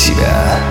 себя.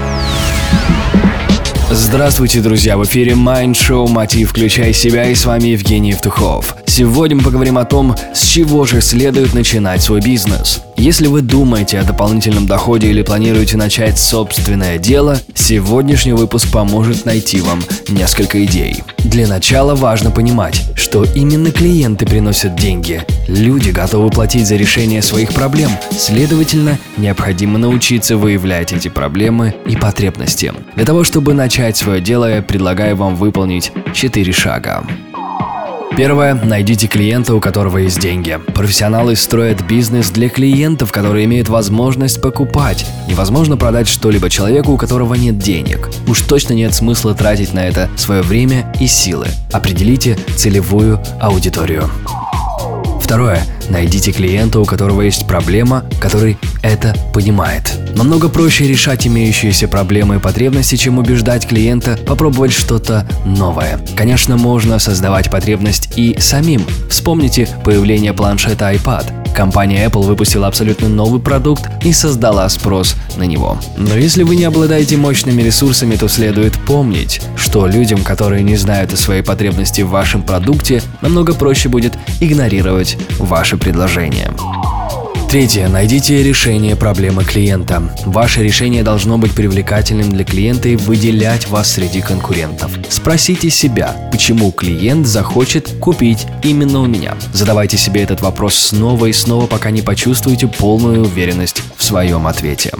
Здравствуйте, друзья! В эфире Mind Show «Мотив. Включай себя», и с вами Евгений Евтухов. Сегодня мы поговорим о том, с чего же следует начинать свой бизнес. Если вы думаете о дополнительном доходе или планируете начать собственное дело, сегодняшний выпуск поможет найти вам несколько идей. Для начала важно понимать, что именно клиенты приносят деньги. Люди готовы платить за решение своих проблем. Следовательно, необходимо научиться выявлять эти проблемы и потребности. Для того, чтобы начать свое дело, я предлагаю вам выполнить 4 шага. Первое. Найдите клиента, у которого есть деньги. Профессионалы строят бизнес для клиентов, которые имеют возможность покупать. Невозможно продать что-либо человеку, у которого нет денег. Уж точно нет смысла тратить на это свое время и силы. Определите целевую аудиторию. Второе. Найдите клиента, у которого есть проблема, который это понимает. Намного проще решать имеющиеся проблемы и потребности, чем убеждать клиента попробовать что-то новое. Конечно, можно создавать потребность и самим. Вспомните появление планшета iPad. Компания Apple выпустила абсолютно новый продукт и создала спрос на него. Но если вы не обладаете мощными ресурсами, то следует помнить, что людям, которые не знают о своей потребности в вашем продукте, намного проще будет игнорировать ваше предложение. Третье. Найдите решение проблемы клиента. Ваше решение должно быть привлекательным для клиента и выделять вас среди конкурентов. Спросите себя, почему клиент захочет купить именно у меня. Задавайте себе этот вопрос снова и снова, пока не почувствуете полную уверенность в своем ответе.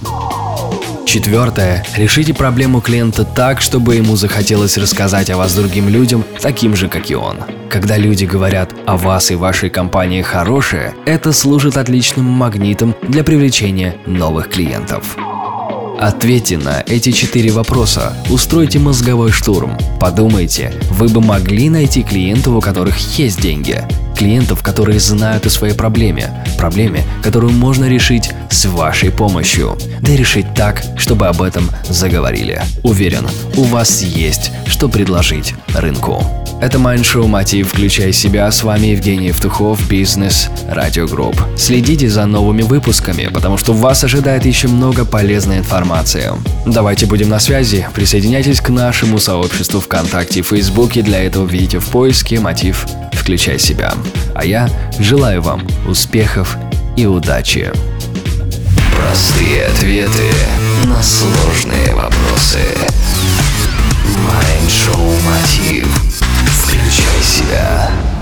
Четвертое. Решите проблему клиента так, чтобы ему захотелось рассказать о вас другим людям, таким же, как и он. Когда люди говорят о вас и вашей компании хорошее, это служит отличным магнитом для привлечения новых клиентов. Ответьте на эти 4 вопроса. Устройте мозговой штурм. Подумайте, вы бы могли найти клиентов, у которых есть деньги. Клиентов, которые знают о своей проблеме, которую можно решить с вашей помощью. Да и решить так, чтобы об этом заговорили. Уверен, у вас есть что предложить рынку. Это Mind Show «Мотив. Включай себя». С вами Евгений Евтухов, Бизнес Радио Групп. Следите за новыми выпусками, потому что вас ожидает еще много полезной информации. Давайте будем на связи. Присоединяйтесь к нашему сообществу ВКонтакте и Фейсбуке. Для этого введите в поиске «Мотив. Включай себя». А я желаю вам успехов и удачи. Простые ответы на сложные вопросы. Mind Show «Мотив. Включай себя».